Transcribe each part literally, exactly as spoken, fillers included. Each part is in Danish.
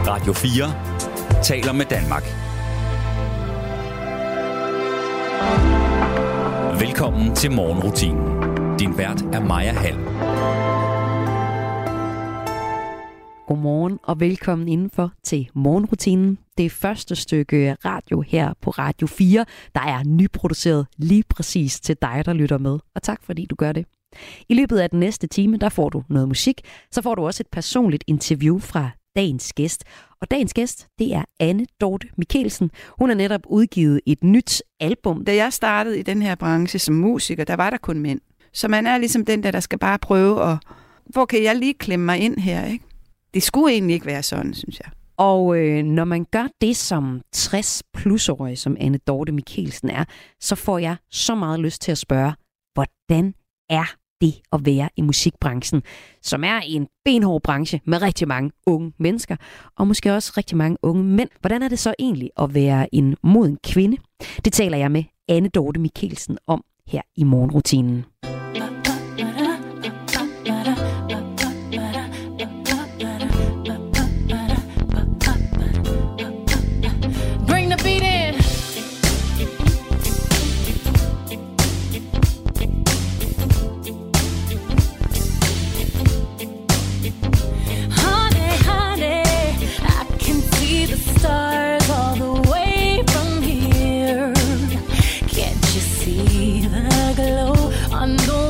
Radio fire taler med Danmark. Velkommen til morgenrutinen. Din vært er Maja Hall. Godmorgen og velkommen indenfor til morgenrutinen. Det første stykke radio her på Radio fire, der er nyproduceret lige præcis til dig, der lytter med. Og tak fordi du gør det. I løbet af den næste time, der får du noget musik. Så får du også et personligt interview fra dagens gæst. Og dagens gæst, det er Anne Dorthe Michelsen. Hun har netop udgivet et nyt album. Da jeg startede i den her branche som musiker, der var der kun mænd. Så man er ligesom den der, der skal bare prøve at... Hvor kan jeg lige klemme mig ind her, ikke? Det skulle egentlig ikke være sådan, synes jeg. Og øh, når man gør det som tres plus-årig, som Anne Dorthe Michelsen er, så får jeg så meget lyst til at spørge, hvordan er det at være i musikbranchen, som er en benhård branche med rigtig mange unge mennesker, og måske også rigtig mange unge mænd. Hvordan er det så egentlig at være en moden kvinde? Det taler jeg med Anne Dorthe Michelsen om her i morgenrutinen. I know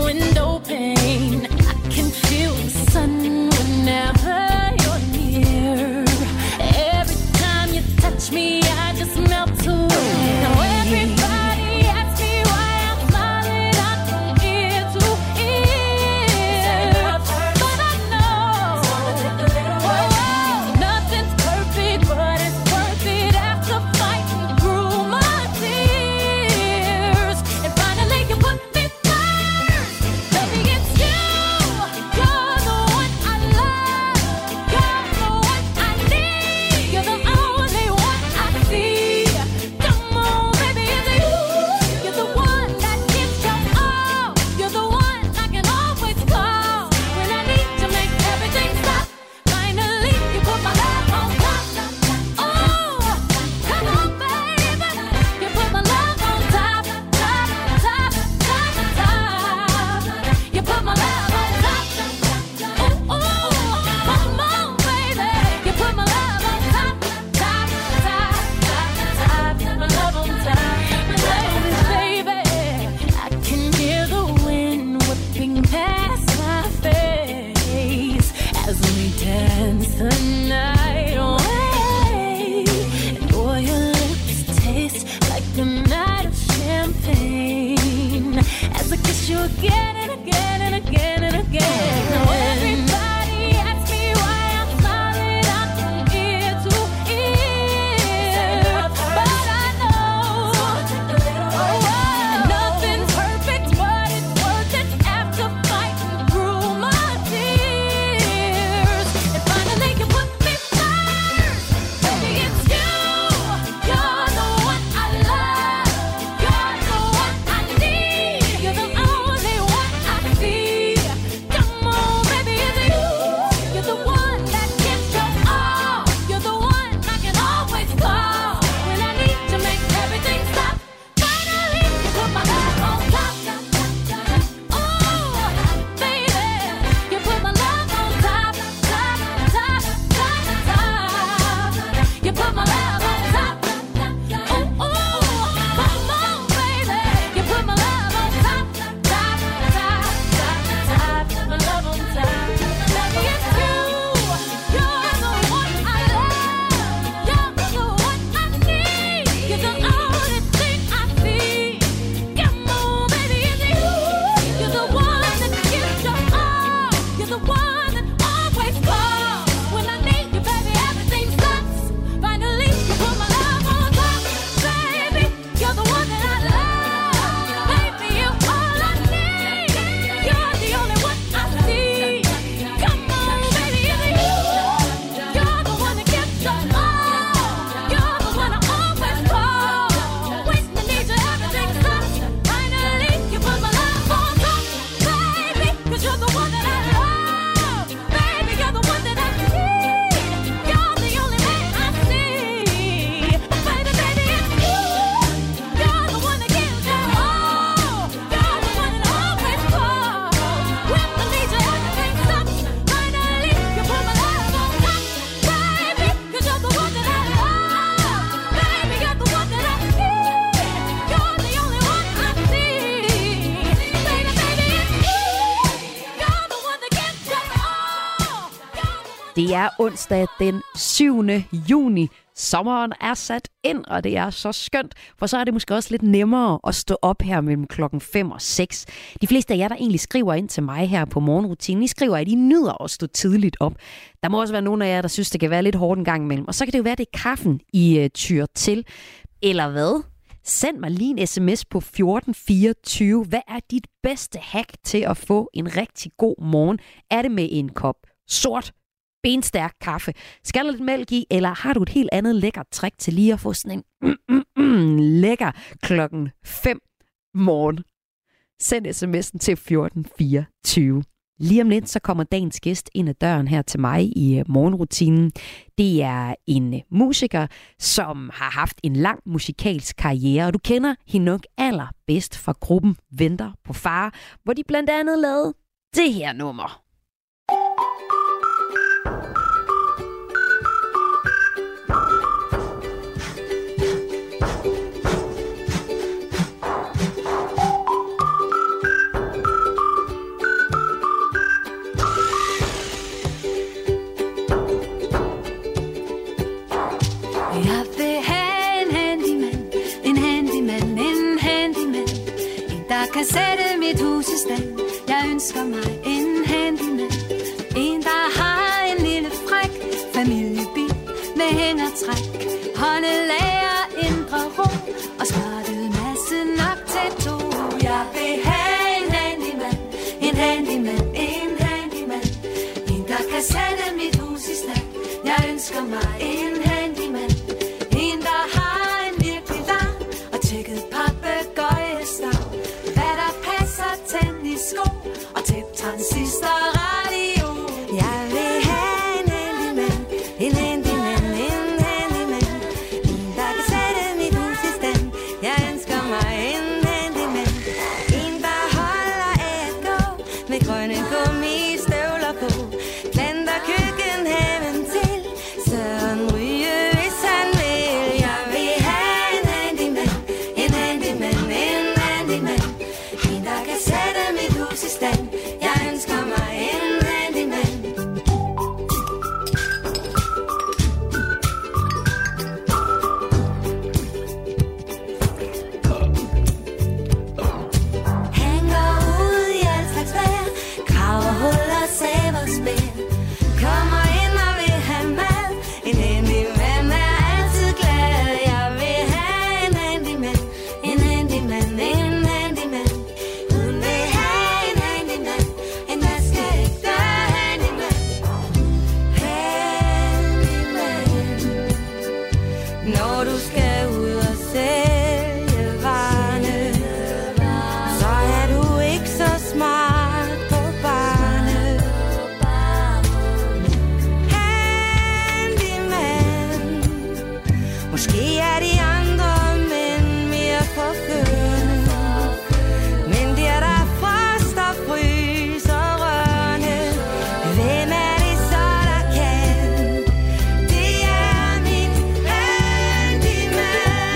Det er onsdag den syvende juni. Sommeren er sat ind, og det er så skønt, for så er det måske også lidt nemmere at stå op her mellem klokken fem og seks. De fleste af jer, der egentlig skriver ind til mig her på morgenrutinen, I skriver, at I nyder at stå tidligt op. Der må også være nogle af jer, der synes, det kan være lidt hårdt en gang imellem. Og så kan det jo være, det er kaffen, I uh, tyr til. Eller hvad? Send mig lige en sms på fjorten fireogtyve. Hvad er dit bedste hack til at få en rigtig god morgen? Er det med en kop sort, benstærk kaffe? Skal der lidt mælk i, eller har du et helt andet lækkert trick til lige at få sådan en mm, mm, mm, lækker klokken fem morgen? Send sms'en til fjorten fireogtyve. Lige om lidt, så kommer dagens gæst ind ad døren her til mig i morgenrutinen. Det er en musiker, som har haft en lang musikalsk karriere, og du kender hende nok allerbedst fra gruppen Venter på Far, hvor de blandt andet lavede det her nummer. Kan sætte mit hus i stand. Jeg ønsker mig en handyman. En, der har en lille fræk familiebil med hængertræk, håndelager, indre ro og spottet masse nok til to. Jeg vil have en handyman, en handyman, en handyman. En, der kan sætte mit hus i stand. Jeg ønsker mig en handyman. En, der har en virkelig lang og tjekket papegøjestav, tennissko og tæt transistorradio. Jeg vil have en handyman, en handyman, en handyman. En, der kan sætte mit hus i stand. Jeg ønsker mig en handyman. En, der holder af at gå med grønne gummistøvler på. Planter køkkenhaven til Søren Ryge, hvis han vil. Jeg vil have en handyman, en handyman, en handyman. En, der kan sætte mit hus i stand. Jeg ønsker mig en handyman. Hænger ud i alt slags vejr, graver huller, saver spær, kommer ind og vil have mad. En handyman er altid glad. Jeg vil have en handyman, en handyman, en handyman. Hun vil have en handyman, en vaskeægte handyman. Handyman. Når du skal ud og sælge varerne, så er du ikke så smart på barne. Handyman. Måske er de andre mænd mere forførende, men det er der frost og frys og rørende. Hvem er det så, der kan? Det er min handyman.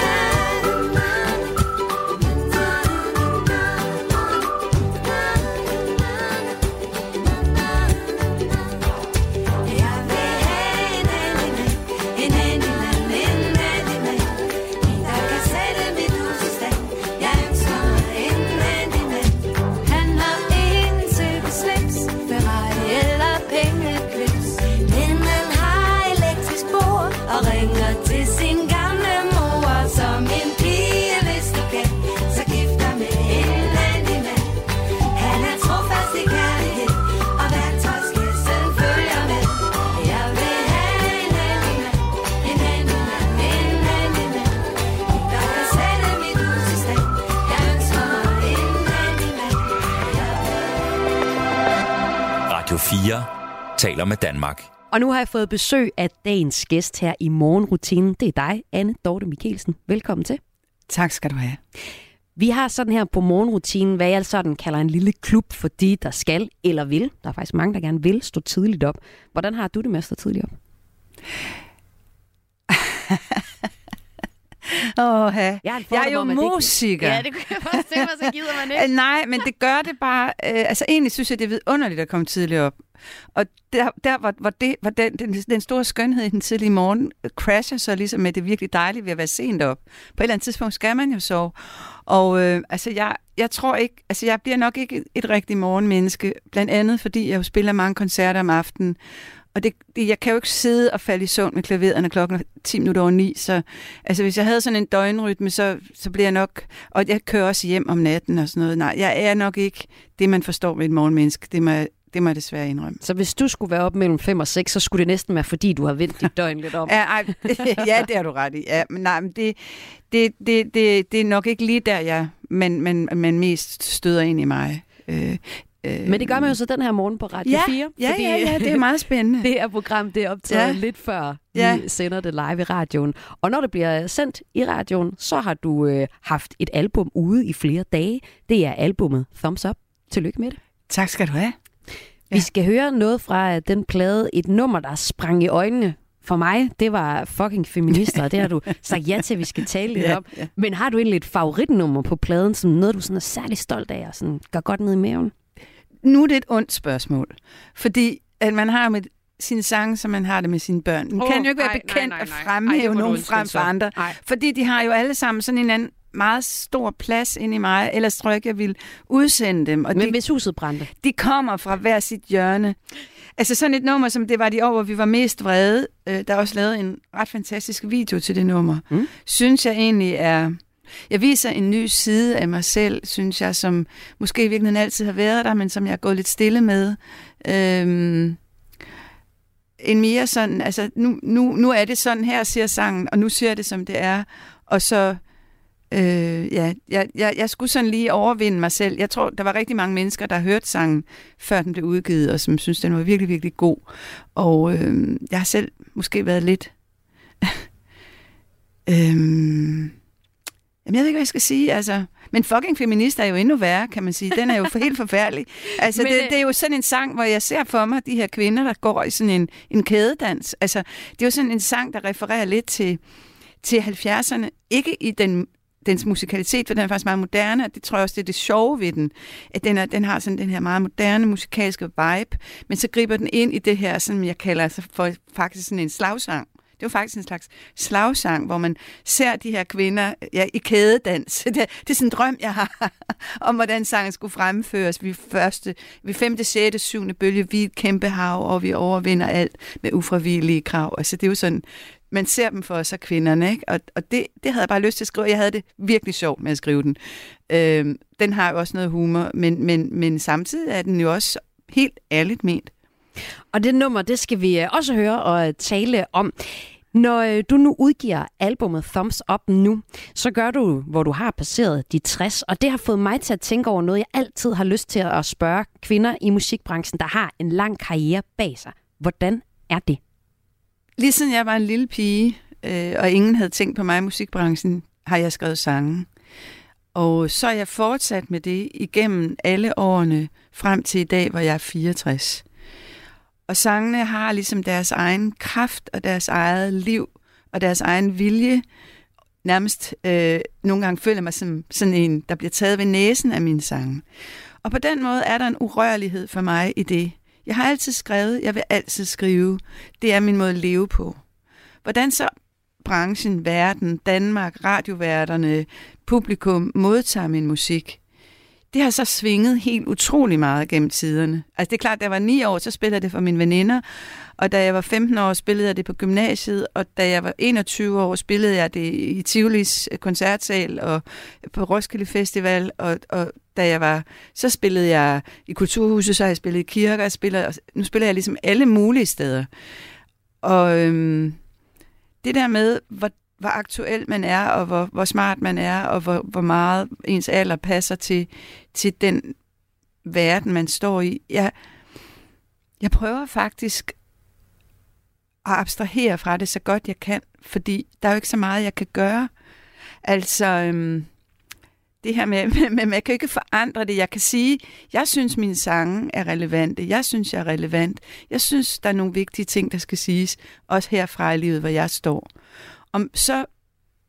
Jeg vil have en handyman, en handyman, en handyman. En, der kan sætte mit hus i stand. Jeg ønsker mig en handyman. Han har ingen cykelsleks, Ferrari eller pengeklips, men han har elektrisk bord og ringer til sin gamle mor. Som en pige, hvis du kan, så gift dig med en handyman. Han er trofast i kærlighed, og værktøjskassen følger med. Jeg vil have en handyman, en handyman, en handyman. En, der kan sætte mit hus i stand. Jeg ønsker mig en handyman. Radio fire taler med Danmark. Og nu har jeg fået besøg af dagens gæst her i morgenrutinen. Det er dig, Anne Dorte Mikkelsen. Velkommen til. Tak skal du have. Vi har sådan her på morgenrutinen, hvad jeg sådan kalder en lille klub for de, der skal eller vil. Der er faktisk mange, der gerne vil stå tidligt op. Hvordan har du det med at stå tidligt op? Åh, jeg Jeg, jeg er jo om, at det ikke- musiker. Ja, det kunne jeg også tænke mig, så gider man ikke. Øh, Nej, men det gør det bare... Øh, altså egentlig synes jeg, det er vidunderligt at komme tidligt op. Og der, der hvor, hvor, det, hvor den, den, den store skønhed i den tidlige morgen øh, crasher så ligesom med det virkelig dejlige ved at være sent op. På et eller andet tidspunkt skal man jo sove. Og øh, altså jeg, jeg tror ikke... Altså jeg bliver nok ikke et, et rigtigt morgenmenneske. Blandt andet fordi jeg jo spiller mange koncerter om aftenen. Og det, det, jeg kan jo ikke sidde og falde i søvn med klaveret, når klokken er ti minutter over ni. Så altså, hvis jeg havde sådan en døgnrytme, så, så bliver jeg nok... Og jeg kører også hjem om natten og sådan noget. Nej, jeg er nok ikke det, man forstår ved et morgenmenneske. Det må, jeg- det må jeg desværre indrømme. Så hvis du skulle være op mellem fem og seks, så skulle det næsten være, fordi du har vendt dit døgn lidt om. Ja, ej, ja, det har du ret i. Ja, men nej, men det, det, det, det, det er nok ikke lige der, jeg man, man, man mest støder ind i mig. Øh, øh, Men det gør man jo så den her morgen på Radio ja, fire. ja, ja, ja, det er meget spændende. Det her program, det er optaget Ja. lidt før Ja. vi sender det live i radioen. Og når det bliver sendt i radioen, så har du øh, haft et album ude i flere dage. Det er albumet Thumbs Up. Tillykke med det. Tak skal du have. Vi skal høre noget fra øh, den plade, et nummer, der sprang i øjnene. For mig, det var fucking feminister, og det har du sagt ja til, at vi skal tale lidt Ja, om. ja. Men har du egentlig et favoritnummer på pladen, som noget, du sådan er særlig stolt af, og sådan går godt ned i maven? Nu er det et ondt spørgsmål. Fordi at man har med sine sange, som man har det med sine børn. Man Åh, oh, kan jo ikke være nej, bekendt nej, nej, at nej. Ej, fremhæve det må du nogen undskylde frem for så. andre. Ej. Fordi de har jo alle sammen sådan en anden meget stor plads ind i mig. Ellers tror jeg ikke, jeg ville udsende dem. Og Men de, hvis huset brændte? de kommer fra hver sit hjørne. Altså sådan et nummer, som det var de år, hvor vi var mest vrede. Øh, der er også lavet en ret fantastisk video til det nummer. Mm. Synes jeg egentlig er... Jeg viser en ny side af mig selv, synes jeg, som måske i virkeligheden altid har været der, men som jeg er gået lidt stille med. Øhm, en mere sådan, altså nu, nu, nu er det sådan her, siger sangen, og nu siger jeg det, som det er. Og så, øh, ja, jeg, jeg, jeg skulle sådan lige overvinde mig selv. Jeg tror, der var rigtig mange mennesker, der hørte sangen, før den blev udgivet, og som synes, den var virkelig, virkelig god. Og øh, jeg har selv måske været lidt... øhm, Jamen, jeg ved ikke, hvad jeg skal sige, altså. Men fucking feminist er jo endnu værre, kan man sige. Den er jo for helt forfærdelig. Altså, Men, det, øh, det er jo sådan en sang, hvor jeg ser for mig de her kvinder, der går i sådan en, en kædedans. Altså, det er jo sådan en sang, der refererer lidt til, til halvfjerdserne. Ikke i den, dens musikalitet, for den er faktisk meget moderne, og det tror jeg også, det er det sjove ved den. At den, er, den har sådan den her meget moderne musikalske vibe, men så griber den ind i det her, som jeg kalder altså for faktisk sådan en slagsang. Det var faktisk en slags slagsang, hvor man ser de her kvinder ja, i kædedans. Det, det er sådan en drøm, jeg har, om hvordan sangen skulle fremføres. Vi første, vi femte, sjette, syvende bølge, vi er et kæmpe hav, og vi overvinder alt med ufravigelige krav. Altså det er jo sådan, man ser dem for sig, kvinderne, ikke? Og, og det, det havde jeg bare lyst til at skrive. Jeg havde det virkelig sjovt med at skrive den. Øhm, den har jo også noget humor, men, men, men samtidig er den jo også helt ærligt ment. Og det nummer, det skal vi øh, også høre og øh, tale om. Når øh, du nu udgiver albumet Thumbs Up nu, så gør du, hvor du har passeret de tres, og det har fået mig til at tænke over noget, jeg altid har lyst til at spørge kvinder i musikbranchen, der har en lang karriere bag sig. Hvordan er det? Lige siden jeg var en lille pige, øh, og ingen havde tænkt på mig i musikbranchen, har jeg skrevet sange. Og så er jeg fortsat med det igennem alle årene frem til i dag, hvor jeg er fireogtres. Og sangene har ligesom deres egen kraft og deres eget liv og deres egen vilje. Nærmest øh, nogle gange føler jeg mig som sådan en, der bliver taget ved næsen af mine sange. Og på den måde er der en urørlighed for mig i det. Jeg har altid skrevet, jeg vil altid skrive. Det er min måde at leve på. Hvordan så branchen, verden, Danmark, radioværterne, publikum modtager min musik, det har så svinget helt utrolig meget gennem tiderne. Altså det er klart, da jeg var ni år, så spillede jeg det for mine veninder, og da jeg var femten år, spillede jeg det på gymnasiet, og da jeg var enogtyve år, spillede jeg det i Tivolis koncertsal og på Roskilde Festival, og, og da jeg var, så spillede jeg i Kulturhuset, så har jeg spillet i kirker, jeg spiller, nu spiller jeg ligesom alle mulige steder. Og øhm, det der med, hvor hvor aktuel man er, og hvor, hvor smart man er, og hvor, hvor meget ens alder passer til, til den verden, man står i. Jeg, jeg prøver faktisk at abstrahere fra det så godt jeg kan, fordi der er jo ikke så meget, jeg kan gøre. Altså, øhm, det her med, med, med, man kan ikke forandre det. Jeg kan sige, jeg synes, mine sange er relevante. Jeg synes, jeg er relevant. Jeg synes, der er nogle vigtige ting, der skal siges, også herfra i livet, hvor jeg står. Om så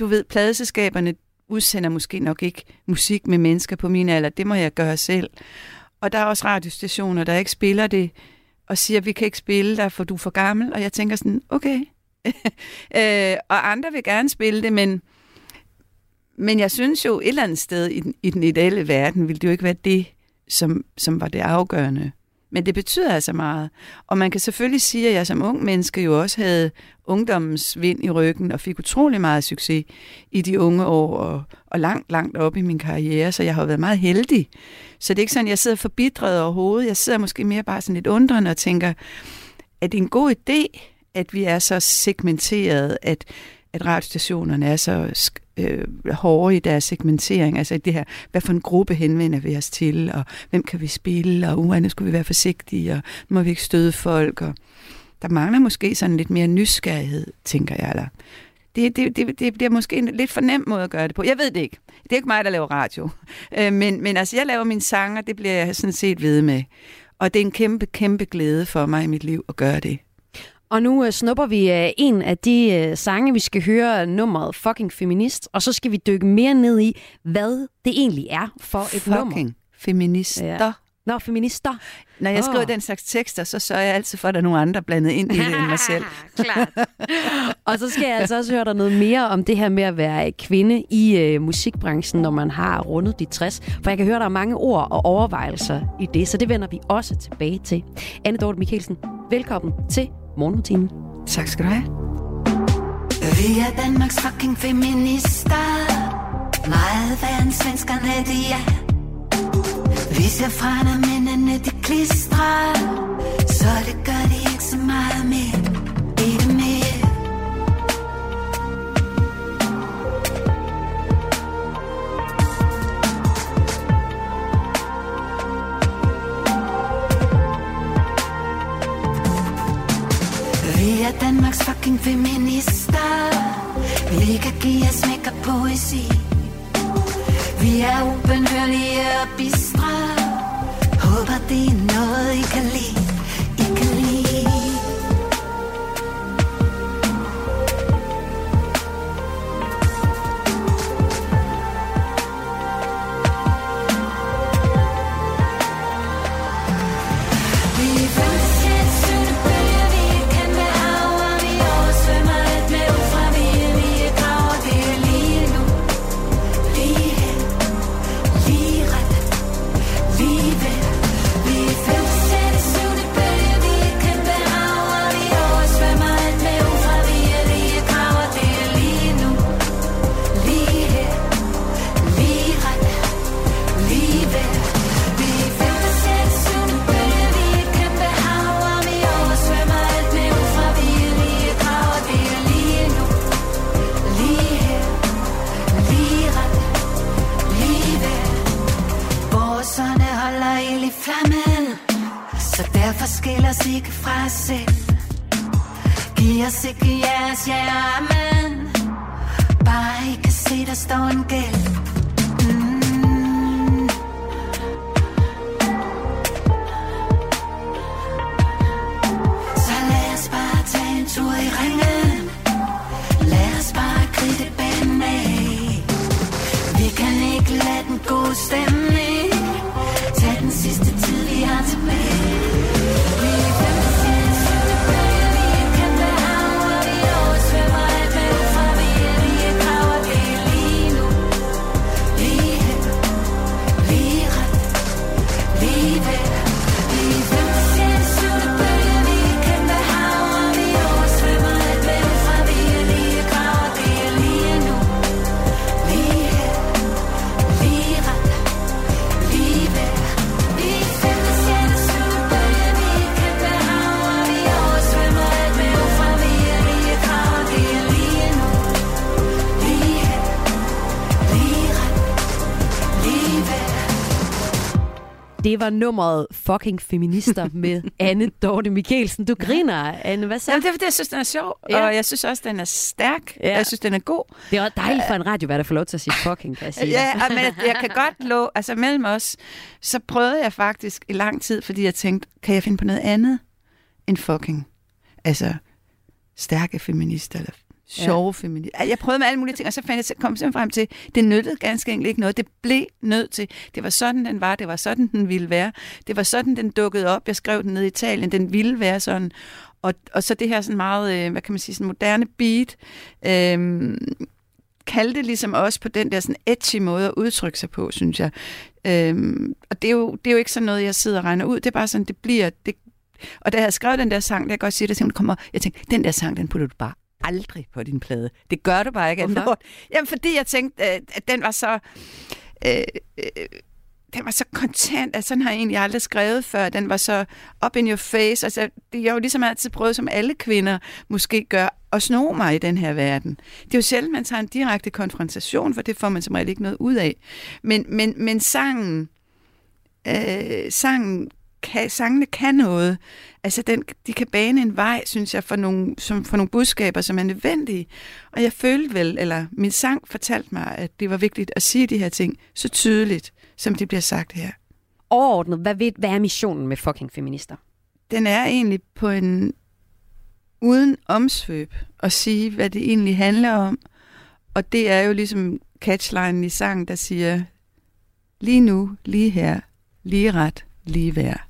du ved, pladeselskaberne udsender måske nok ikke musik med mennesker på min alder. Det må jeg gøre selv. Og der er også radiostationer, der ikke spiller det, og siger, vi kan ikke spille dig, for du er for gammel. Og jeg tænker sådan, okay. øh, og andre vil gerne spille det, men, men jeg synes jo, et eller andet sted i den, i den ideelle verden, ville det jo ikke være det, som, som var det afgørende. Men det betyder altså meget. Og man kan selvfølgelig sige, at jeg som ung menneske jo også havde ungdommens vind i ryggen og fik utrolig meget succes i de unge år og, og langt, langt op i min karriere. Så jeg har været meget heldig. Så det er ikke sådan, at jeg sidder forbitret overhovedet. Jeg sidder måske mere bare sådan lidt undrende og tænker, at det er en god idé, at vi er så segmenteret, at, at radiostationerne er så øh, hårde i deres segmentering. Altså det her, hvad for en gruppe henvender vi os til, og hvem kan vi spille, og uh, nu skulle vi være forsigtige, og nu må vi ikke støde folk. Og der mangler måske sådan lidt mere nysgerrighed, tænker jeg. Eller det, det, det, det bliver måske en lidt for nem måde at gøre det på. Jeg ved det ikke. Det er ikke mig, der laver radio. Øh, men, men altså, jeg laver mine sange, og det bliver jeg sådan set ved med. Og det er en kæmpe, kæmpe glæde for mig i mit liv at gøre det. Og nu uh, snupper vi uh, en af de uh, sange, vi skal høre, nummeret Fucking Feminist, og så skal vi dykke mere ned i, hvad det egentlig er for et Fucking nummer. Fucking feminister. Ja. Nå, feminister. Når jeg oh. skriver den slags tekster, så sørger jeg altid for, at der er nogle andre blandet ind i det end mig selv. Klart. Og så skal jeg altså også høre dig noget mere om det her med at være kvinde i uh, musikbranchen, når man har rundet de tres. For jeg kan høre, der er mange ord og overvejelser i det, så det vender vi også tilbage til. Anne Dorte Michelsen, velkommen til Morgenrutinen. Tak skal du have. Vi er Danmarks fucking feminister. Meget værre end svenskerne, de er. Vi ser fra, når mændene de klistrer, så det gør de ikke så meget mere. Ikke mere. Vi er Danmarks fucking feminister. Vi kan give os smæk og poesi. Vi er ubenhørlige og bistre. Håber det er noget I kan lide. I kan lide. Det var nummeret Fucking Feminister med Anne Dorte Michelsen. Du griner, Anne. Hvad så? Jamen, det er fordi, jeg synes, den er sjov, ja. Og jeg synes også, den er stærk. Ja. Jeg synes, den er god. Det er også dejligt for en radiovært at få lov til at sige fucking, kan jeg sige. Ja, men jeg kan godt love, altså mellem os, så prøvede jeg faktisk i lang tid, fordi jeg tænkte, kan jeg finde på noget andet end fucking? Altså, stærke feminister, eller sjove ja. feminister. Jeg prøvede med alle mulige ting, og så fandt jeg, kom jeg frem til, det nyttede ganske enkelt ikke noget. Det blev nødt til. Det var sådan, den var. Det var sådan, den ville være. Det var sådan, den dukkede op. Jeg skrev den ned i Italien. Den ville være sådan. Og, og så det her sådan meget, hvad kan man sige, sådan moderne beat, øhm, kaldte ligesom også på den der sådan edgy måde at udtrykke sig på, synes jeg. Øhm, og det er, jo, det er jo ikke sådan noget, jeg sidder og regner ud. Det er bare sådan, det bliver... Det, og da jeg havde skrevet den der sang, der jeg godt sige, at jeg kommer, jeg tænkte, den der sang, den putter du bare aldrig på din plade. Det gør du bare ikke. Jamen, fordi jeg tænkte, at den var så... Øh, øh, den var så kontant, at sådan har jeg egentlig aldrig skrevet før. Den var så up in your face. Altså, det er jo ligesom altid prøvet, som alle kvinder måske gør, at sno mig i den her verden. Det er jo sjældent, man tager en direkte konfrontation, for det får man som regel ikke noget ud af. Men, men, men sangen, øh, sangen kan, sangene kan noget. Altså, den, de kan bane en vej, synes jeg, for nogle, som, for nogle budskaber, som er nødvendige. Og jeg følte vel, eller min sang fortalte mig, at det var vigtigt at sige de her ting så tydeligt, som det bliver sagt her. Overordnet, hvad, ved, hvad er missionen med fucking feminister? Den er egentlig på en uden omsvøb at sige, hvad det egentlig handler om. Og det er jo ligesom catchlinen i sangen, der siger, lige nu, lige her, lige ret, lige værd.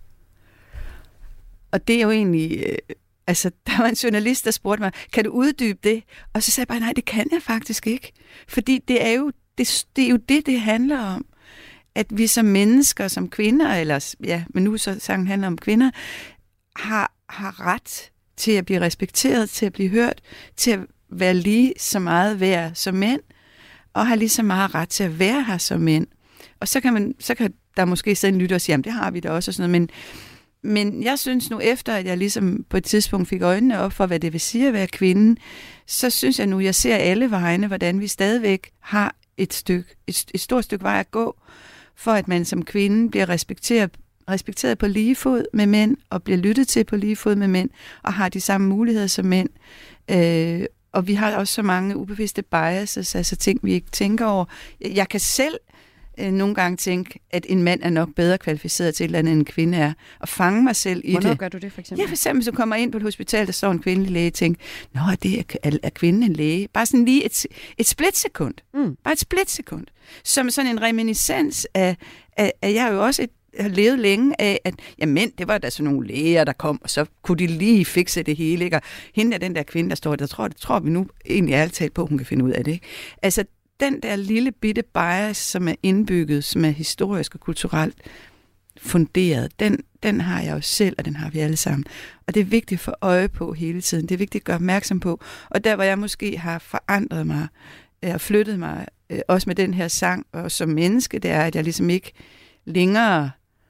Og det er jo egentlig... Øh, altså, der var en journalist, der spurgte mig, kan du uddybe det? Og så sagde jeg bare, nej, det kan jeg faktisk ikke. Fordi det er jo det, det, er jo det, det handler om. At vi som mennesker, som kvinder, eller ja, men nu så sangen handler om kvinder, har, har ret til at blive respekteret, til at blive hørt, til at være lige så meget værd som mænd, og har lige så meget ret til at være her som mænd. Og så kan, man, så kan der måske sidde en lytter og sige, jamen det har vi da også, og sådan noget, men, men jeg synes nu, efter at jeg ligesom på et tidspunkt fik øjnene op for, hvad det vil sige at være kvinde, så synes jeg nu, jeg ser alle vegne, hvordan vi stadigvæk har et, stykke, et, et stort stykke vej at gå, for at man som kvinde bliver respekteret, respekteret på lige fod med mænd, og bliver lyttet til på lige fod med mænd, og har de samme muligheder som mænd. Øh, og vi har også så mange ubevidste biases, altså ting, vi ikke tænker over. Jeg kan selv øh, nogle gange tænke, at en mand er nok bedre kvalificeret til et eller andet, end en kvinde er, og fange mig selv i Hvornår det. Hvornår gør du det, for eksempel? Ja, for eksempel, så kommer jeg ind på et hospital, der står en kvindelig læge, og tænker, nå, det er, er, er kvinden en læge? Bare sådan lige et, et splitsekund. Mm. Bare et splitsekund. Som sådan en reminiscens af, af, af jeg har jo også et, har levet længe af, at jamen, det var der sådan nogle læger, der kom, og så kunne de lige fikse det hele, ikke? Og hende er den der kvinde, der står der, tror, det tror vi nu egentlig ærligt talt på, hun kan finde ud af det, ikke? Altså, den der lille bitte bias, som er indbygget, som er historisk og kulturelt funderet, den, den har jeg jo selv, og den har vi alle sammen. Og det er vigtigt at få øje på hele tiden. Det er vigtigt at gøre opmærksom på. Og der, hvor jeg måske har forandret mig og flyttet mig, også med den her sang, og som menneske, det er, at jeg ligesom ikke længere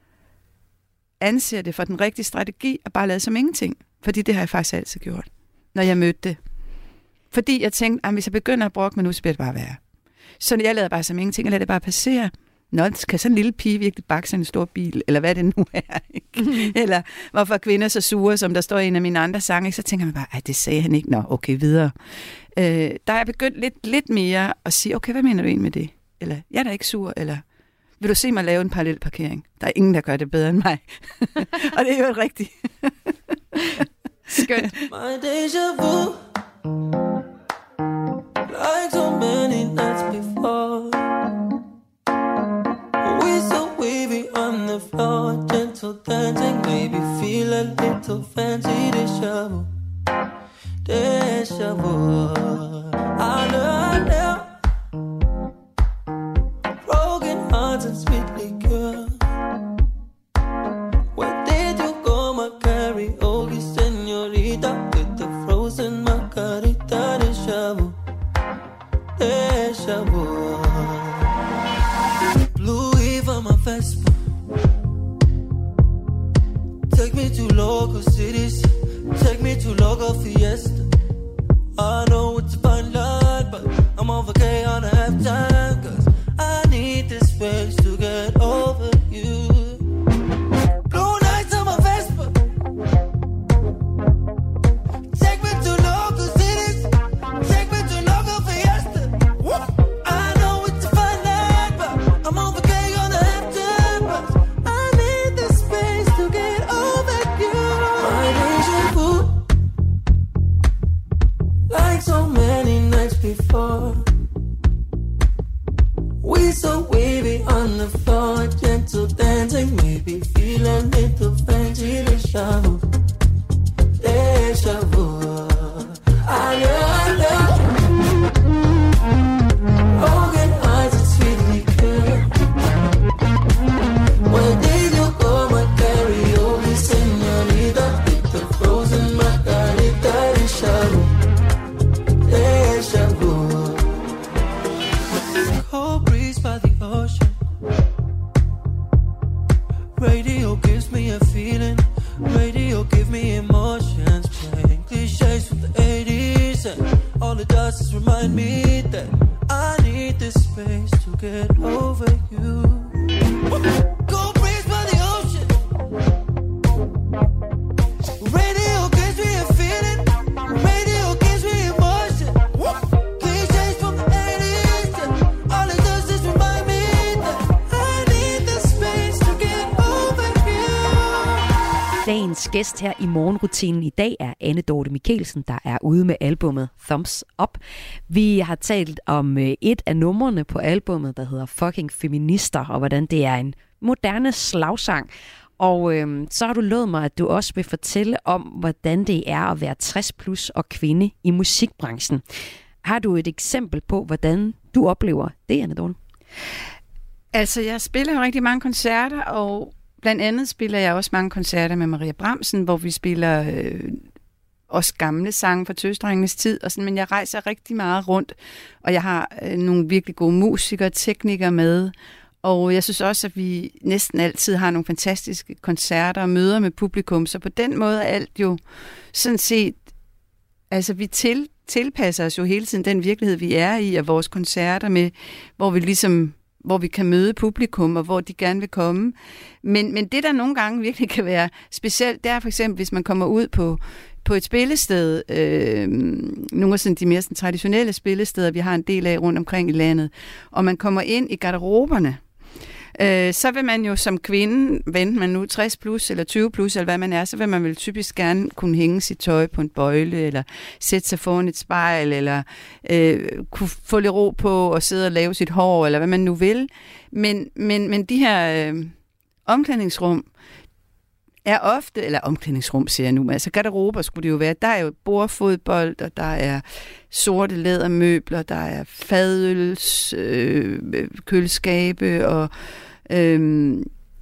anser det for den rigtige strategi at bare lade som ingenting. Fordi det har jeg faktisk altid gjort, når jeg mødte det. Fordi jeg tænkte, at hvis jeg begynder at brokke mig nu, så bliver det bare værre. Så jeg lader bare som ingenting, og lader det bare passere. Nå, kan sådan en lille pige virkelig bakke sådan en stor bil, eller hvad det nu er, ikke? Eller hvorfor er kvinder så sure, som der står i en af mine andre sange, ikke? Så tænker man bare, at det sagde han ikke. Nå, okay, videre. Øh, der er jeg begyndt lidt, lidt mere at sige, okay, hvad mener du egentlig med det? Eller, jeg er da ikke sur, eller vil du se mig lave en parallel parkering? Der er ingen, der gør det bedre end mig. Og det er jo rigtigt. Skønt. My deja vu, like so many nights before. We so wavy on the floor, gentle dancing, maybe feel a little fancy. Deja vu, deja vu. I know now, broken hearts and sweet liquor. Where did you go, my karaoke señorita, with the frozen margarita? Deja vu, deja vu. Blue Eve on my Vespa, take me to local cities, take me to local fiesta. I know it's a fine line, but I'm on vacay on a half time, cause I need this space to get over you. Blue nights on my Vespa, take me to local cities, take me to local fiesta. I know it's a fine line, but I'm on vacay on a half time, but I need this space to get over you. My deja vu, chase from the eighties, and all it does is remind me that I need this space to get over you. Cool breeze by the ocean, radio gives me a feeling, radio gives me emotion. Clichés from the eighties, and all it does is remind me that I need this space to get over you. Dagens gæst her i morgenrutinen i dag er Anne Dorthe Michelsen, der er ude med albumet Thumbs Up. Vi har talt om et af numrene på albumet, der hedder Fucking Feminister, og hvordan det er en moderne slagsang. Og øhm, så har du lovet mig, at du også vil fortælle om, hvordan det er at være tres plus og kvinde i musikbranchen. Har du et eksempel på, hvordan du oplever det, Anne Dorthe? Altså, jeg spiller jo rigtig mange koncerter, og blandt andet spiller jeg også mange koncerter med Maria Bramsen, hvor vi spiller øh, også gamle sange fra Tøsedrengenes tid, og sådan, men jeg rejser rigtig meget rundt, og jeg har øh, nogle virkelig gode musikere og teknikere med, og jeg synes også, at vi næsten altid har nogle fantastiske koncerter og møder med publikum, så på den måde er alt jo sådan set, altså vi til, tilpasser os jo hele tiden den virkelighed, vi er i, af vores koncerter med, hvor vi ligesom hvor vi kan møde publikum, og hvor de gerne vil komme. Men, men det, der nogle gange virkelig kan være specielt, det er for eksempel, hvis man kommer ud på, på et spillested, øh, nogle af sådan de mere sådan traditionelle spillesteder, vi har en del af rundt omkring i landet, og man kommer ind i garderoberne, øh, så vil man jo som kvinde, vente man nu tres plus eller tyve plus, eller hvad man er, så vil man vel typisk gerne kunne hænge sit tøj på en bøjle, eller sætte sig foran et spejl, eller øh, kunne få lidt ro på og sidde og lave sit hår, eller hvad man nu vil. Men, men, men de her øh, omklædningsrum er ofte, eller omklædningsrum siger jeg nu, altså garderober skulle det jo være, der er jo bordfodbold, og der er sorte lædermøbler, der er fadøls, øh, køleskabe, og øh,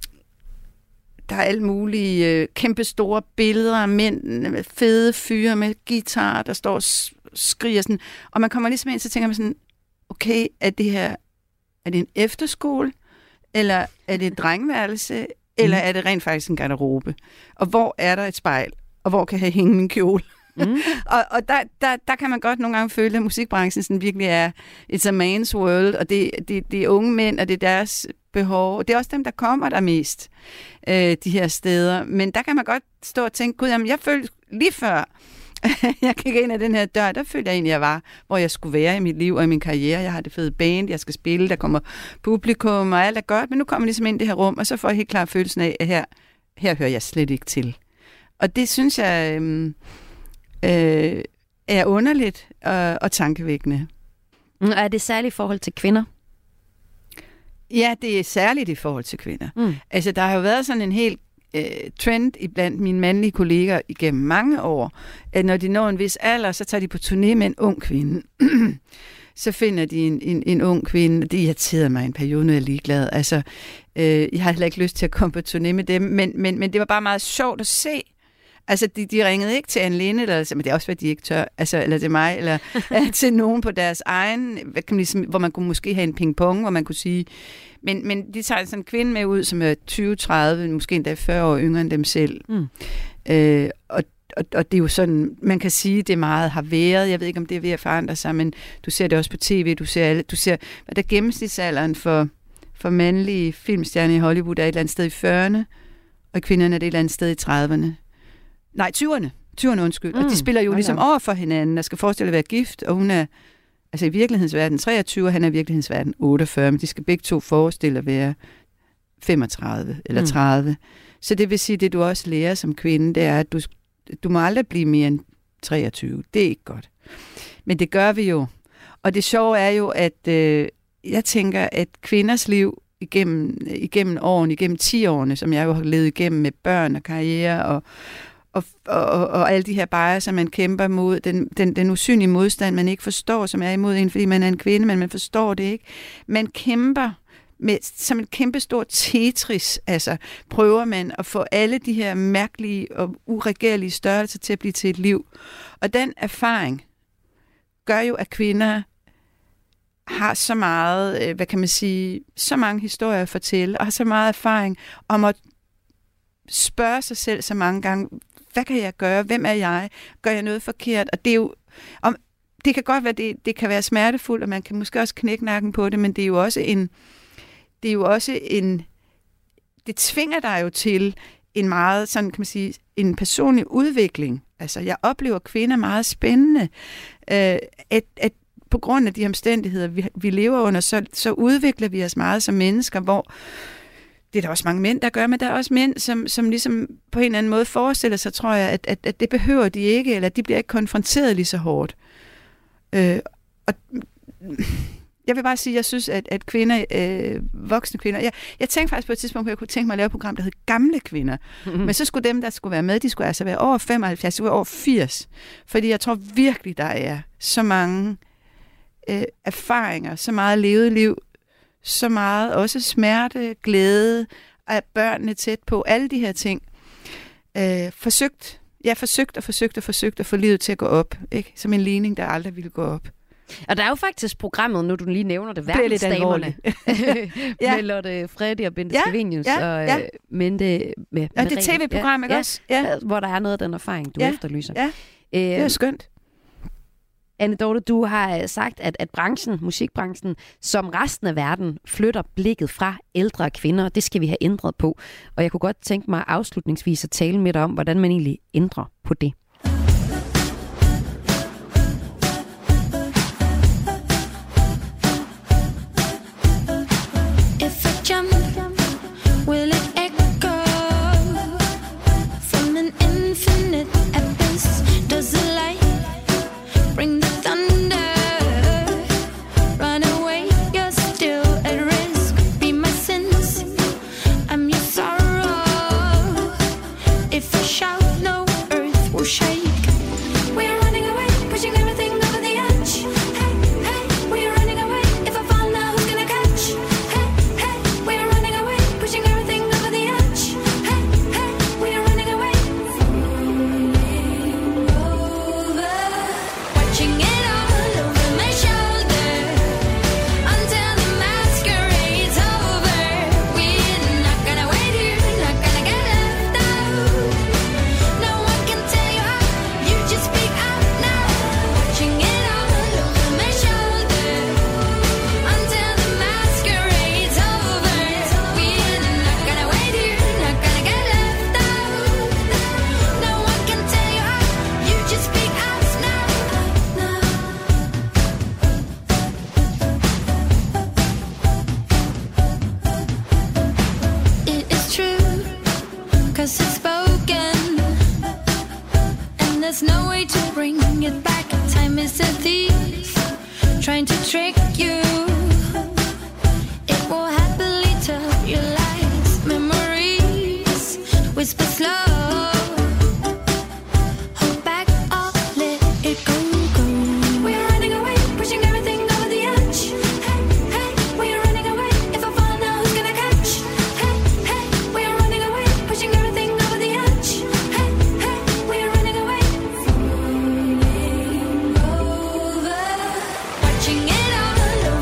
der er alle mulige øh, kæmpe store billeder af mænd, fede fyre med guitar, der står og skriger sådan, og man kommer ligesom ind, så tænker man sådan, okay, er det her, er det en efterskole, eller er det et drengeværelse, eller er det rent faktisk en garderobe? Og hvor er der et spejl? Og hvor kan jeg hænge min kjole? Mm. og og der, der, der kan man godt nogle gange føle, at musikbranchen sådan virkelig er it's a man's world, og det, det, det er unge mænd, og det er deres behov. Og det er også dem, der kommer der mest, øh, de her steder. Men der kan man godt stå og tænke, gud, jamen, jeg følte lige før, jeg gik ind ad den her dør, der følte jeg egentlig, jeg var, hvor jeg skulle være i mit liv og i min karriere. Jeg har det fede band, jeg skal spille, der kommer publikum, og alt er godt, men nu kommer jeg ligesom ind i det her rum, og så får jeg helt klart følelsen af, at her, her hører jeg slet ikke til. Og det synes jeg øh, øh, er underligt og, og tankevækkende. Er det særligt i forhold til kvinder? Ja, det er særligt i forhold til kvinder. Mm. Altså, der har jo været sådan en helt øh, trend iblandt mine mandlige kolleger igennem mange år, at når de når en vis alder, så tager de på turné med en ung kvinde. Så finder de en, en, en ung kvinde, det irriterede mig en periode, når jeg er ligeglad. Altså, øh, jeg har heller ikke lyst til at komme på turné med dem, men, men, men det var bare meget sjovt at se. Altså, de, de ringede ikke til Anne Linde, eller, men det er også, hvad de ikke tør, altså, eller til mig, eller til nogen på deres egen, hvad kan man ligesom, hvor man kunne måske have en ping-pong, hvor man kunne sige, men, men de tager sådan en kvinde med ud, som er tyve tredive, måske endda fyrre år yngre end dem selv. Mm. Øh, og, og, og det er jo sådan, man kan sige, det meget har været, jeg ved ikke, om det er ved at forandre sig, men du ser det også på tv, du ser, alle, du ser hvad der gennemsnitsalderen for, for mandlige filmstjerner i Hollywood er et eller andet sted i fyrrerne, og kvinderne er et eller andet sted i trediverne. Nej, tyverne. tyverne, undskyld. Mm, og de spiller jo ligesom over for hinanden, og skal forestille at være gift, og hun er altså i virkelighedens treogtyve, og han er i virkelighedens otteogfyrre, men de skal begge to forestille at være femogtredive eller tredive. Mm. Så det vil sige, det du også lærer som kvinde, det er, at du, du må aldrig blive mere end treogtyve. Det er ikke godt. Men det gør vi jo. Og det sjove er jo, at øh, jeg tænker, at kvinders liv igennem, igennem årene, igennem ti årene, som jeg jo har levet igennem med børn og karriere og Og, og, og alle de her biaser, man kæmper mod, den, den, den usynlige modstand, man ikke forstår, som er imod en, fordi man er en kvinde, men man forstår det ikke. Man kæmper med, som en kæmpe stor Tetris, altså prøver man at få alle de her mærkelige og uregerlige størrelser til at blive til et liv. Og den erfaring gør jo, at kvinder har så meget, hvad kan man sige, så mange historier at fortælle, og har så meget erfaring om at spørge sig selv så mange gange, hvad kan jeg gøre? Hvem er jeg? Gør jeg noget forkert? Og det er jo... Om, det kan godt være, det, det kan være smertefuldt, og man kan måske også knække nakken på det, men det er jo også en... Det er jo også en... Det tvinger dig jo til en meget, sådan kan man sige, en personlig udvikling. Altså, jeg oplever kvinder meget spændende, øh, at, at på grund af de omstændigheder, vi, vi lever under, så, så udvikler vi os meget som mennesker, hvor det er der også mange mænd, der gør, men der er også mænd, som, som ligesom på en eller anden måde forestiller sig, tror jeg, at, at, at det behøver de ikke, eller de bliver ikke konfronteret lige så hårdt. Øh, og jeg vil bare sige, at jeg synes, at, at kvinder, øh, voksne kvinder... Jeg, jeg tænkte faktisk på et tidspunkt, at jeg kunne tænke mig at lave et program, der hed Gamle Kvinder. Mm-hmm. Men så skulle dem, der skulle være med, de skulle altså være over femoghalvfjerds, de skulle være over firs. Fordi jeg tror virkelig, der er så mange øh, erfaringer, så meget levet liv, så meget også smerte, glæde, at børnene tæt på, alle de her ting. Øh, forsøgt, jeg har forsøgt og forsøgt og forsøgt at få livet til at gå op, ikke? Som en ligning, der aldrig ville gå op. Og der er jo faktisk programmet, nu du lige nævner det, Verdensdamerne, ja. med Lotte Fredi og Bente ja, Scavenius ja, og ja. Mente med, ja, med det er tv-program, ikke ja, også? Ja. Hvor der er noget af den erfaring, du ja, efterlyser. Ja, det er skønt. Anne Dorthe, du har sagt, at, at branchen, musikbranchen, som resten af verden, flytter blikket fra ældre kvinder. Det skal vi have ændret på. Og jeg kunne godt tænke mig afslutningsvis at tale med dig om, hvordan man egentlig ændrer på det. Watching it all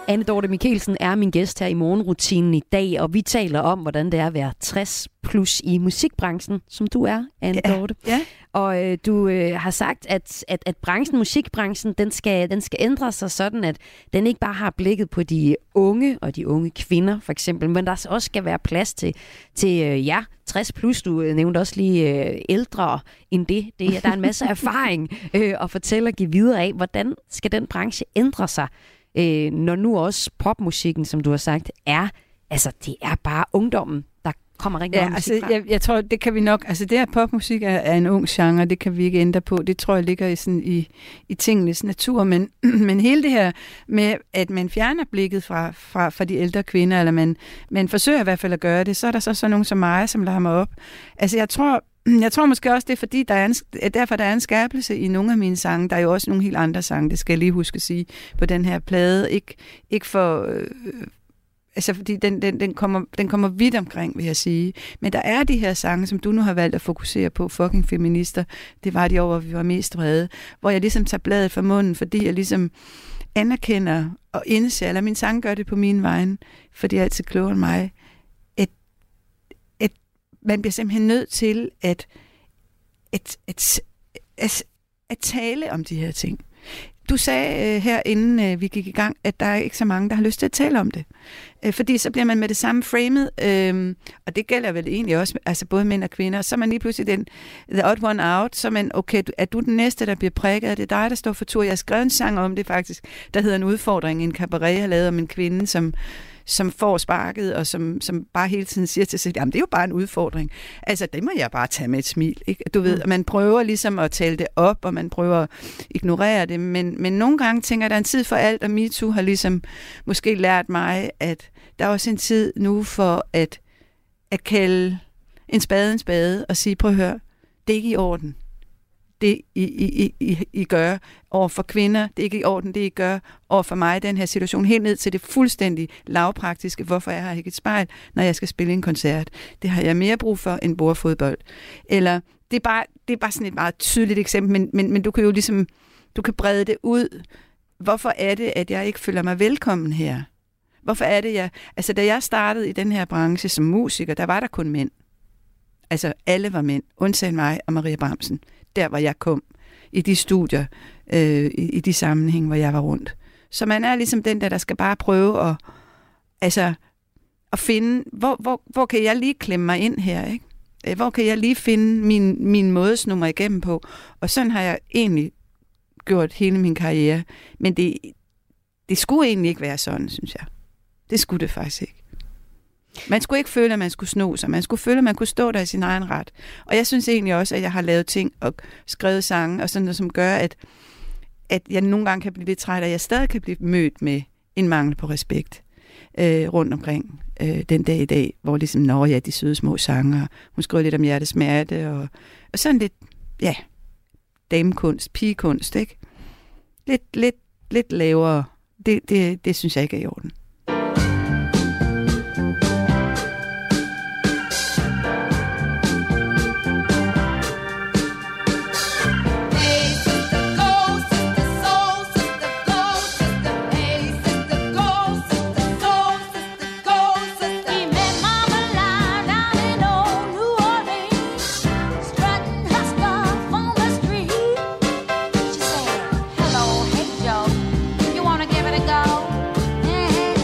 Anne Dorte Michelsen er min gæst her i morgenrutinen i dag, og vi taler om, hvordan det er at være tres plus i musikbranchen, som du er, Anne Ja, Dorte. ja. Og øh, du øh, har sagt, at, at, at branchen, musikbranchen, den skal, den skal ændre sig sådan, at den ikke bare har blikket på de unge og de unge kvinder, for eksempel, men der også skal være plads til, til øh, ja, tres plus. Du nævnte også lige øh, ældre end det. det. Der er en masse erfaring øh, at fortælle og give videre af. Hvordan skal den branche ændre sig, øh, når nu også popmusikken, som du har sagt, er, altså det er bare ungdommen, der kommer rigtig Ja, meget musik altså, fra. jeg, jeg tror, det kan vi nok... Altså, det her popmusik er, er en ung genre, det kan vi ikke ændre på. Det tror jeg ligger i, sådan, i, i tingenes natur. Men, men hele det her med, at man fjerner blikket fra, fra, fra de ældre kvinder, eller man, man forsøger i hvert fald at gøre det, så er der så sådan nogen som mig, som lader mig op. Altså, jeg tror... Jeg tror måske også, det er fordi, der er en, derfor der er en skærpelse i nogle af mine sange. Der er jo også nogle helt andre sange, det skal jeg lige huske at sige, på den her plade. Ikke, ikke for... Øh, altså, fordi den, den, den, kommer, den kommer vidt omkring, vil jeg sige. Men der er de her sange, som du nu har valgt at fokusere på, fucking feminister. Det var de år, hvor vi var mest vrede. Hvor jeg ligesom tager bladet fra munden, fordi jeg ligesom anerkender og indser, eller min sang gør det på min vegne, fordi jeg er altid klogere end mig. Man bliver simpelthen nødt til at, at, at, at, at tale om de her ting. Du sagde uh, her, inden uh, vi gik i gang, at der er ikke så mange, der har lyst til at tale om det. Uh, fordi så bliver man med det samme framet, uh, og det gælder vel egentlig også, altså både mænd og kvinder. Så er man lige pludselig den the odd one out, så er man, okay, er du den næste, der bliver prikket? Det er dig, der står for tur. Jeg har skrevet en sang om det faktisk, der hedder En udfordring, en cabaret, jeg har lavet om en kvinde, som som får sparket, og som, som bare hele tiden siger til sig, jamen det er jo bare en udfordring. Altså, det må jeg bare tage med et smil. Ikke? Du ved, mm. man prøver ligesom at tale det op, og man prøver at ignorere det, men, men nogle gange tænker jeg, at der er en tid for alt, og MeToo har ligesom måske lært mig, at der er også en tid nu for at, at kalde en spade en spade, og sige, prøv at høre, det er ikke i orden. Det, I, I, I, I gør over for kvinder, det er ikke i orden, det I gør over for mig i den her situation, helt ned til det fuldstændig lavpraktiske, hvorfor jeg har ikke et spejl, når jeg skal spille en koncert. Det har jeg mere brug for end bordfodbold. Eller, det er bare, det er bare sådan et meget tydeligt eksempel, men, men, men du kan jo ligesom, du kan brede det ud. Hvorfor er det, at jeg ikke føler mig velkommen her? Hvorfor er det, jeg... Altså, da jeg startede i den her branche som musiker, der var der kun mænd. Altså, alle var mænd, undtagen mig og Maria Bramsen. Der, hvor jeg kom, i de studier, øh, i, i de sammenhæng, hvor jeg var rundt. Så man er ligesom den der, der skal bare prøve at, altså, at finde, hvor, hvor, hvor kan jeg lige klemme mig ind her, ikke? Hvor kan jeg lige finde min, min mådesnummer igennem på? Og sådan har jeg egentlig gjort hele min karriere. Men det, det skulle egentlig ikke være sådan, synes jeg. Det skulle det faktisk ikke. Man skulle ikke føle, at man skulle sno sig. Man skulle føle, at man kunne stå der i sin egen ret. Og jeg synes egentlig også, at jeg har lavet ting og skrevet sange, og sådan noget, som gør, at, at jeg nogle gange kan blive lidt træt, og jeg stadig kan blive mødt med en mangel på respekt øh, rundt omkring øh, den dag i dag, hvor ligesom, når ja, de søde små sanger, hun skriver lidt om hjertesmerte, og, og sådan lidt, ja, damekunst, pigekunst, ikke? Lidt, lidt, lidt lavere. Det, det, det synes jeg ikke er i orden. You wanna give it a go? Mm-hmm.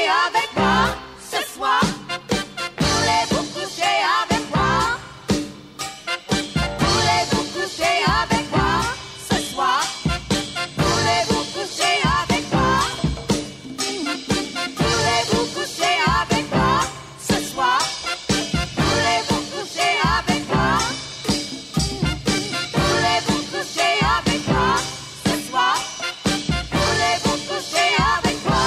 avec moi ce soir? Voulez-vous coucher avec moi? Voulez-vous coucher avec moi ce soir? Voulez-vous coucher avec moi? Voulez-vous coucher avec moi ce soir? Voulez-vous coucher avec moi? Voulez-vous coucher avec moi ce soir? Voulez-vous coucher avec moi?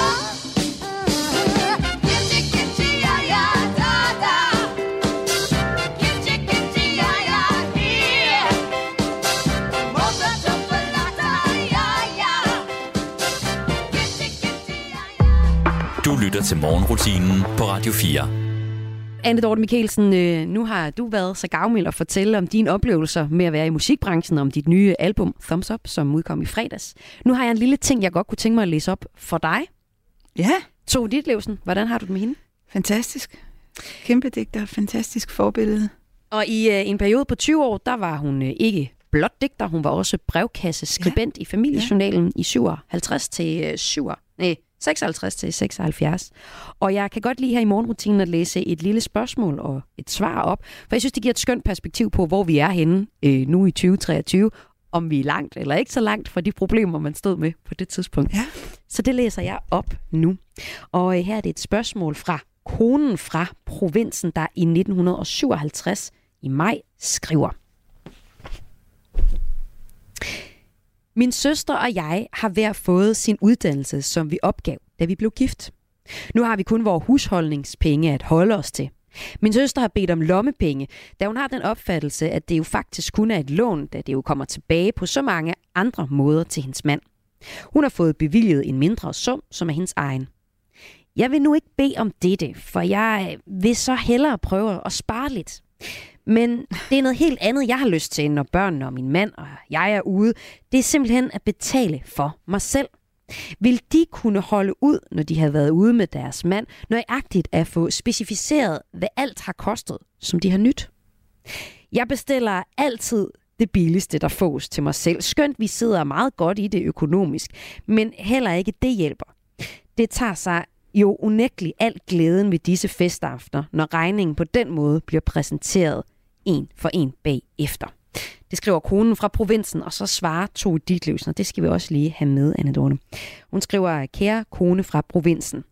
Kitty kitty ya ya da da. Kitty kitty ya ya here. Mocha chocolate ya ya. Kitty kitty ya ya. Du lytter til morgenrutinen på Radio fire. Anne Dorte Mikkelsen, øh, nu har du været så gavmild at fortælle om dine oplevelser med at være i musikbranchen, om dit nye album Thumbs Up, som udkom i fredags. Nu har jeg en lille ting, jeg godt kunne tænke mig at læse op for dig. Ja, Tove Ditlevsen, hvordan har du det med hende? fantastisk. Kæmpe digter, fantastisk forbillede. Og i øh, en periode på tyve år, der var hun øh, ikke blot digter, hun var også brevkasseskribent ja. i Familiejournalen ja. i syvoghalvtreds til øh, syv, nej, seksoghalvtreds til seksoghalvfjerds. Og jeg kan godt lide her i morgenrutinen at læse et lille spørgsmål og et svar op, for jeg synes, det giver et skønt perspektiv på, hvor vi er henne øh, nu i tyve treogtyve, om vi er langt eller ikke så langt fra de problemer, man stod med på det tidspunkt. Ja. Så det læser jeg op nu. Og øh, her er det et spørgsmål fra konen fra provinsen, der i nitten syvoghalvtreds i maj skriver: Min søster og jeg har hver fået sin uddannelse, som vi opgav, da vi blev gift. Nu har vi kun vores husholdningspenge at holde os til. Min søster har bedt om lommepenge, da hun har den opfattelse, at det jo faktisk kun er et lån, da det jo kommer tilbage på så mange andre måder til hendes mand. Hun har fået bevilget en mindre sum, som er hendes egen. Jeg vil nu ikke bede om dette, for jeg vil så hellere prøve at spare lidt. Men det er noget helt andet, jeg har lyst til, når børnene og min mand og jeg er ude. Det er simpelthen at betale for mig selv. Vil de kunne holde ud, når de har været ude med deres mand, nøjagtigt at få specificeret, hvad alt har kostet, som de har nyt? Jeg bestiller altid det billigste, der fås til mig selv. Skønt vi sidder meget godt i det økonomisk, men heller ikke det hjælper. Det tager sig jo unægteligt alt glæden ved disse festaftener, når regningen på den måde bliver præsenteret en for en bagefter. Det skriver konen fra provinsen, og så svarer Tove Ditlevsen, og det skal vi også lige have med, Anne Dorte. Hun skriver: kære kone fra provinsen.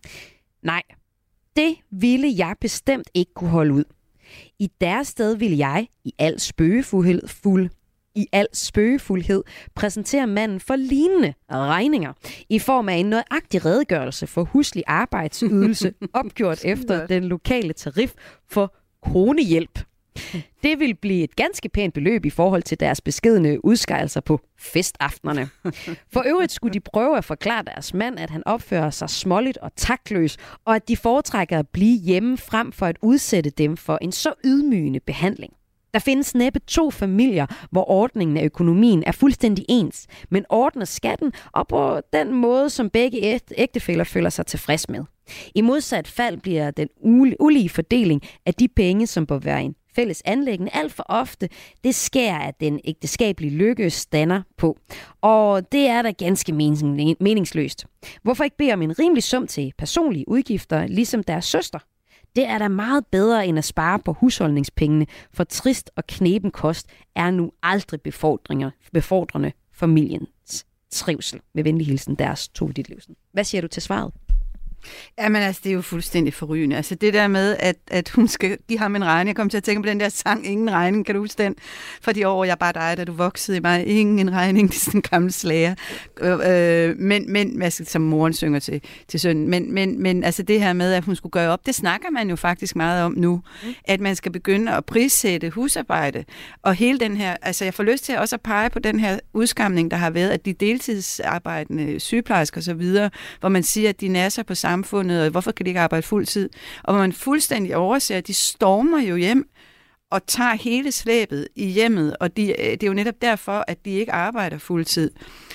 Nej, det ville jeg bestemt ikke kunne holde ud. I deres sted ville jeg, i al spøgefuldhed, fuld, i al spøgefuldhed, præsentere manden for lignende regninger i form af en nøjagtig redegørelse for huslig arbejdsydelse, opgjort efter den lokale tarif for kronehjælp. Det vil blive et ganske pænt beløb i forhold til deres beskedne udskejelser på festaftenerne. For øvrigt skulle de prøve at forklare deres mand, at han opfører sig småligt og taktløs, og at de foretrækker at blive hjemme frem for at udsætte dem for en så ydmygende behandling. Der findes næppe to familier, hvor ordningen af økonomien er fuldstændig ens, men ordner skatten og på den måde, som begge ægtefæller føler sig tilfreds med. I modsat fald bliver den ulige fordeling af de penge, som bør være en fælles anliggende, alt for ofte, det skærer af den ægteskabelige lykke stander på. Og det er da ganske meningsløst. Hvorfor ikke bede om en rimelig sum til personlige udgifter, ligesom deres søster? Det er da meget bedre end at spare på husholdningspengene, for trist og kneben kost er nu aldrig befordrende familiens trivsel. Med venlig hilsen, deres Tove Ditlevsen. Hvad siger du til svaret? Jamen altså, det er jo fuldstændig forrygende. Altså det der med, at, at hun skal give ham en regning. Jeg kom til at tænke på den der sang, Ingen regning, kan du huske den? For de år, jeg bare dig, da du voksede i mig. Ingen regning, det er sådan en gammel slager. Øh, men, men, altså, som moren synger til, til sønnen. Men, men, men altså det her med, at hun skulle gøre op, det snakker man jo faktisk meget om nu. Mm. At man skal begynde at prissætte husarbejde. Og hele den her, altså jeg får lyst til også at pege på den her udskamning, der har været, at de deltidsarbejdende sygeplejersker og så videre, hvor man siger, at de nasser på samfundet, og hvorfor kan de ikke arbejde fuld tid? Og hvor man fuldstændig overser, at de stormer jo hjem og tager hele slæbet i hjemmet, og de, det er jo netop derfor, at de ikke arbejder fuld tid.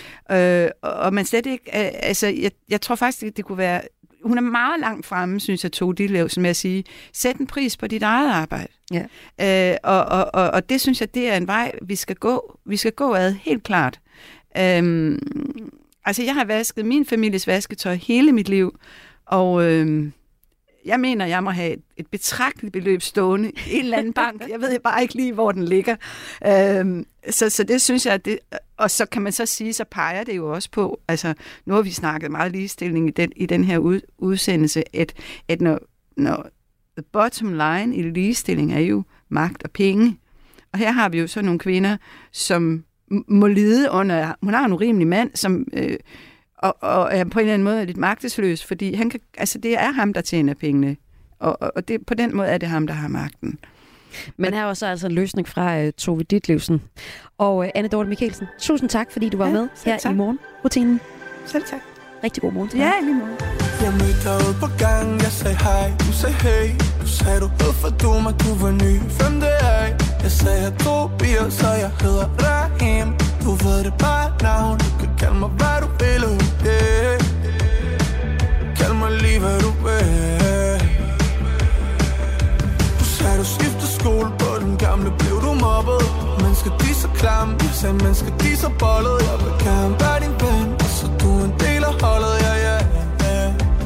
Øh, og man slet ikke, altså jeg, jeg tror faktisk, det, det kunne være, hun er meget langt fremme, synes jeg, Tove Ditlevsen, med at sige, sæt en pris på dit eget arbejde. Ja. Øh, og, og, og, og det synes jeg, det er en vej, vi skal gå. Vi skal gå ad, helt klart. Øhm, altså jeg har vasket min families vasketøj hele mit liv, Og øh, jeg mener, jeg må have et, et betragteligt beløb stående i en eller anden bank. Jeg ved bare ikke lige, hvor den ligger. Øh, så, så det synes jeg, det, og så kan man så sige, så peger det jo også på, altså nu har vi snakket meget ligestilling i den, i den her ud, udsendelse, at, at når, når the bottom line i ligestilling er jo magt og penge. Og her har vi jo så nogle kvinder, som må lide under, hun har en urimelig mand, som øh, og, og er på en eller anden måde lidt magtesløs, fordi han kan, altså det er ham, der tjener pengene. Og, og, og det, på den måde er det ham, der har magten. Men her var så altså en løsning fra uh, Tove Ditlevsen. Og uh, Anne Dorte Michelsen, tusind tak, fordi du var ja, med her tak. i morgenrutinen. Selv tak. Rigtig god morgen til dig. Ja, lige måde. Jeg mødte dig ude på gangen, jeg sagde hej, du sagde hey. Du sagde du ved for du mig, du var ny, hvem det er. Jeg sagde jeg tog bier, så jeg hedder Rahim. Du ved det bare navn, du kan kalde mig hvad du vil, yeah. Kald mig lige hvad du vil. Du sagde du skiftede skole, på den gamle blev du mobbet. Mennesker de så klamme, jeg sagde mennesker de så bollet. Jeg vil gerne være din ven, og så du en del af holdet, ja ja ja.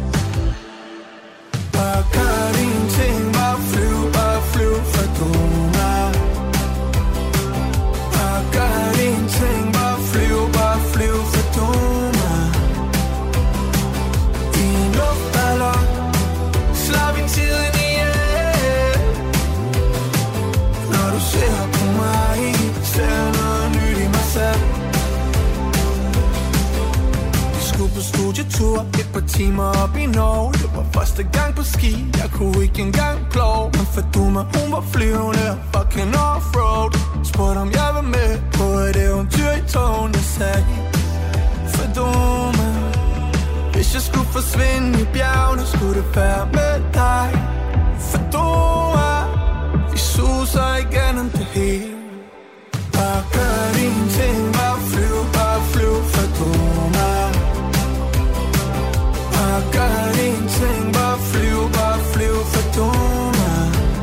Bare gør dine ting, bare flyv, bare flyv for du mig. Bare gør dine ting, bare flyv, bare flyv for du mig. I en luftballon slår vi tiden ihjel. Når du ser på mig, ser noget nyt i mig selv. Vi skulle på studietur, et par timer op i Norge. Det var første gang på ski, jeg kunne ikke engang plove. Men for du mig, hun var flyvende, fucking offroad. Spurgte om jeg var med på et eventyr i togen. Jeg sagde, for du mig. Hvis jeg skulle forsvinde i bjergene, skulle det være med dig. For du mig. Vi suser igennem det hele. Bare gør dine ting, bare flyv, bare flyv for du mig. Bare gør dine ting, bare flyv, bare flyv for du mig.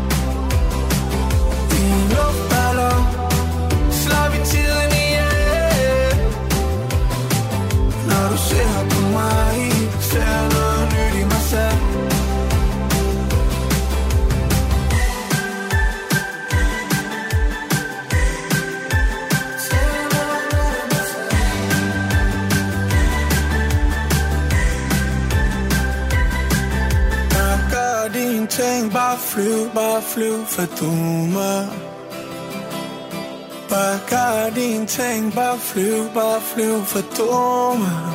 I en luftballon slår vi tiden ihjel. Når du ser på mig, ser noget nyt i mig selv. Tænk, bare flyv, bare flyv, for du mig. Bare gør din ting, bare flyv, bare flyv, for du mig.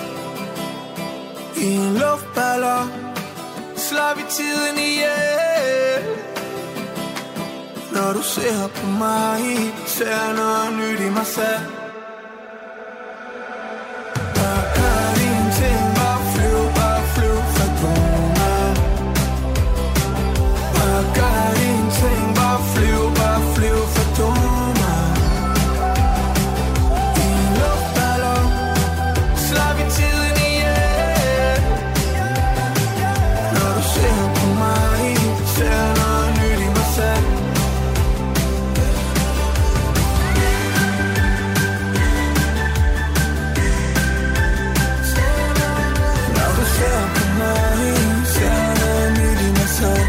I en luftballon slår vi tiden ihjel. Når du ser på mig, ser noget nyt i mig selv. Bare gør din ting, bare flyv, bare flyv, for du mig. Bare gør din ting, bare flyv, bare flyv, for du mig. I en luftballon slår vi tiden ihjel. Når du ser på mig, ser noget nyt i mig selv. Når du ser på mig, ser noget nyt i mig selv.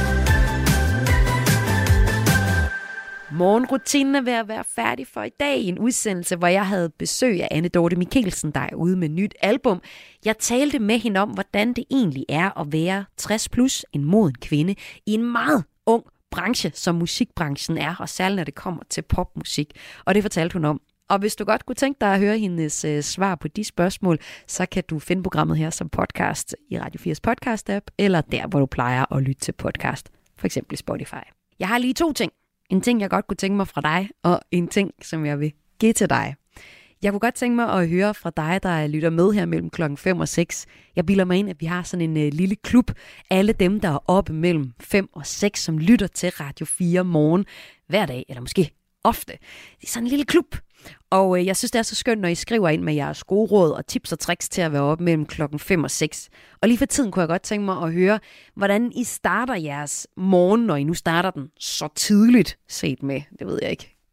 Morgenrutinen er ved at være færdig for i dag i en udsendelse, hvor jeg havde besøg af Anne Dorte Michelsen, der er ude med nyt album. Jeg talte med hende om, hvordan det egentlig er at være tres plus, en moden kvinde, i en meget ung branche, som musikbranchen er, og særligt når det kommer til popmusik. Og det fortalte hun om. Og hvis du godt kunne tænke dig at høre hendes øh, svar på de spørgsmål, så kan du finde programmet her som podcast i Radio fires podcast-app, eller der, hvor du plejer at lytte til podcast, for eksempel Spotify. Jeg har lige to ting. En ting, jeg godt kunne tænke mig fra dig, og en ting, som jeg vil give til dig. Jeg kunne godt tænke mig at høre fra dig, der lytter med her mellem klokken fem og seks. Jeg bilder mig ind, at vi har sådan en uh, lille klub. Alle dem, der er oppe mellem fem og seks, som lytter til Radio fire morgen hver dag, eller måske ofte. Det er sådan en lille klub. Og uh, jeg synes, det er så skønt, når I skriver ind med jeres gode råd og tips og tricks til at være oppe mellem klokken fem og seks. Og lige for tiden kunne jeg godt tænke mig at høre, hvordan I starter jeres morgen, når I nu starter den så tidligt set med, det ved jeg ikke,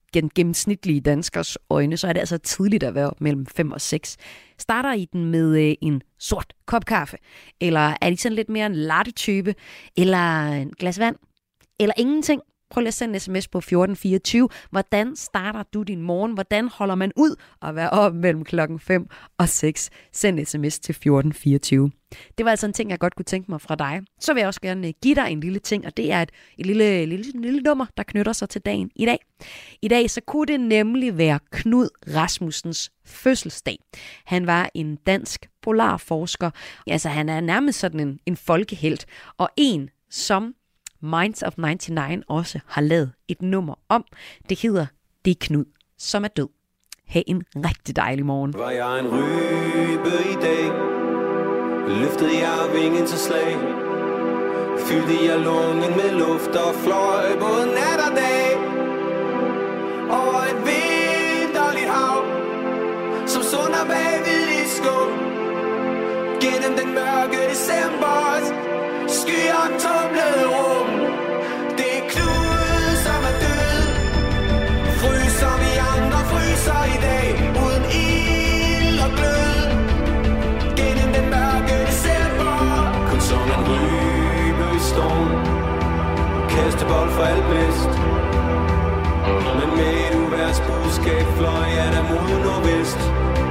den gennemsnitlige danskers øjne, så er det altså tidligt at være mellem fem og seks. Starter I den med en sort kop kaffe? Eller er det sådan lidt mere en latte-type? Eller en glas vand? Eller ingenting? Prøv lige at sende en sms på fjorten fireogtyve. Hvordan starter du din morgen? Hvordan holder man ud at være op mellem klokken fem og seks? Send en sms til fjorten fireogtyve. Det var altså en ting, jeg godt kunne tænke mig fra dig. Så vil jeg også gerne give dig en lille ting, og det er et, et lille, lille, lille nummer, der knytter sig til dagen i dag. I dag så kunne det nemlig være Knud Rasmussens fødselsdag. Han var en dansk polarforsker. Altså han er nærmest sådan en, en folkehelt, og en som Minds of nioghalvfems også har lavet et nummer om. Det hedder Det er Knud, som er død. Ha' en rigtig dejlig morgen. Var jeg en rybe i dag, løftede jeg vingen til slag, fyldte jeg lungen med luft og fløj både nat og dag, over et vinterligt hav, som sunder bagved i skum, gennem den mørke decembers skyer tumlede rum. Det er Knud, som er død, fryser vi andre fryser i dag, uden ild og glød, gennem den mørke december. Kun som en rybe i storm, kastebold for alt bedst, men med et uværs budskab fløj jeg der mod nordvest.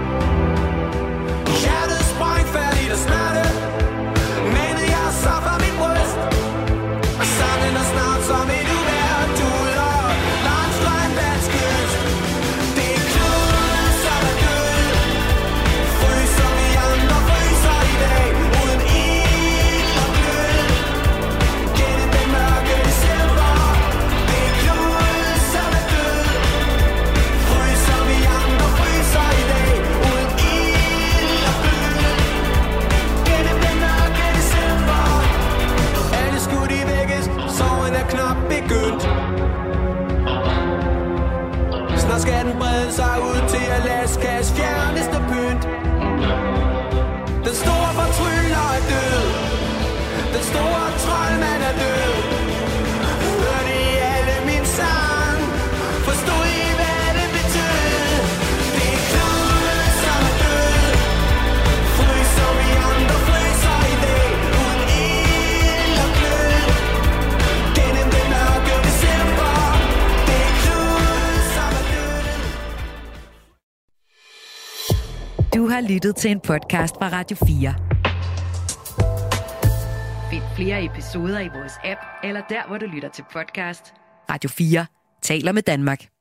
Hjertet sprang færdigt og smerte, så fra mit bryst, og sangen er snart som et uvejr, duder langs Grønlands kyst. Det er Knud, som er død, fryser vi andre fryser i dag, uden ild og glød, gennem den mørke december. Det er Knud, som er død, fryser vi andre fryser i dag, uden ild og glød, gennem den mørke december. Alle skulle de vækkes, sorgen er knap begyndt. Snart skal den brede sig ud til Alaskas fjerneste pynt. Den store fortryller er død, den store troldmand er død. Hørte I alle min sang, forstod I hvad det betød? Det er Knud, som er død, fryser vi andre fryser i dag, uden ild og glød, gennem den mørke december. Det er Knud, som er død. Du har lyttet til en podcast fra Radio fire. Find flere episoder i vores app, eller der, hvor du lytter til podcast. Radio fire taler med Danmark.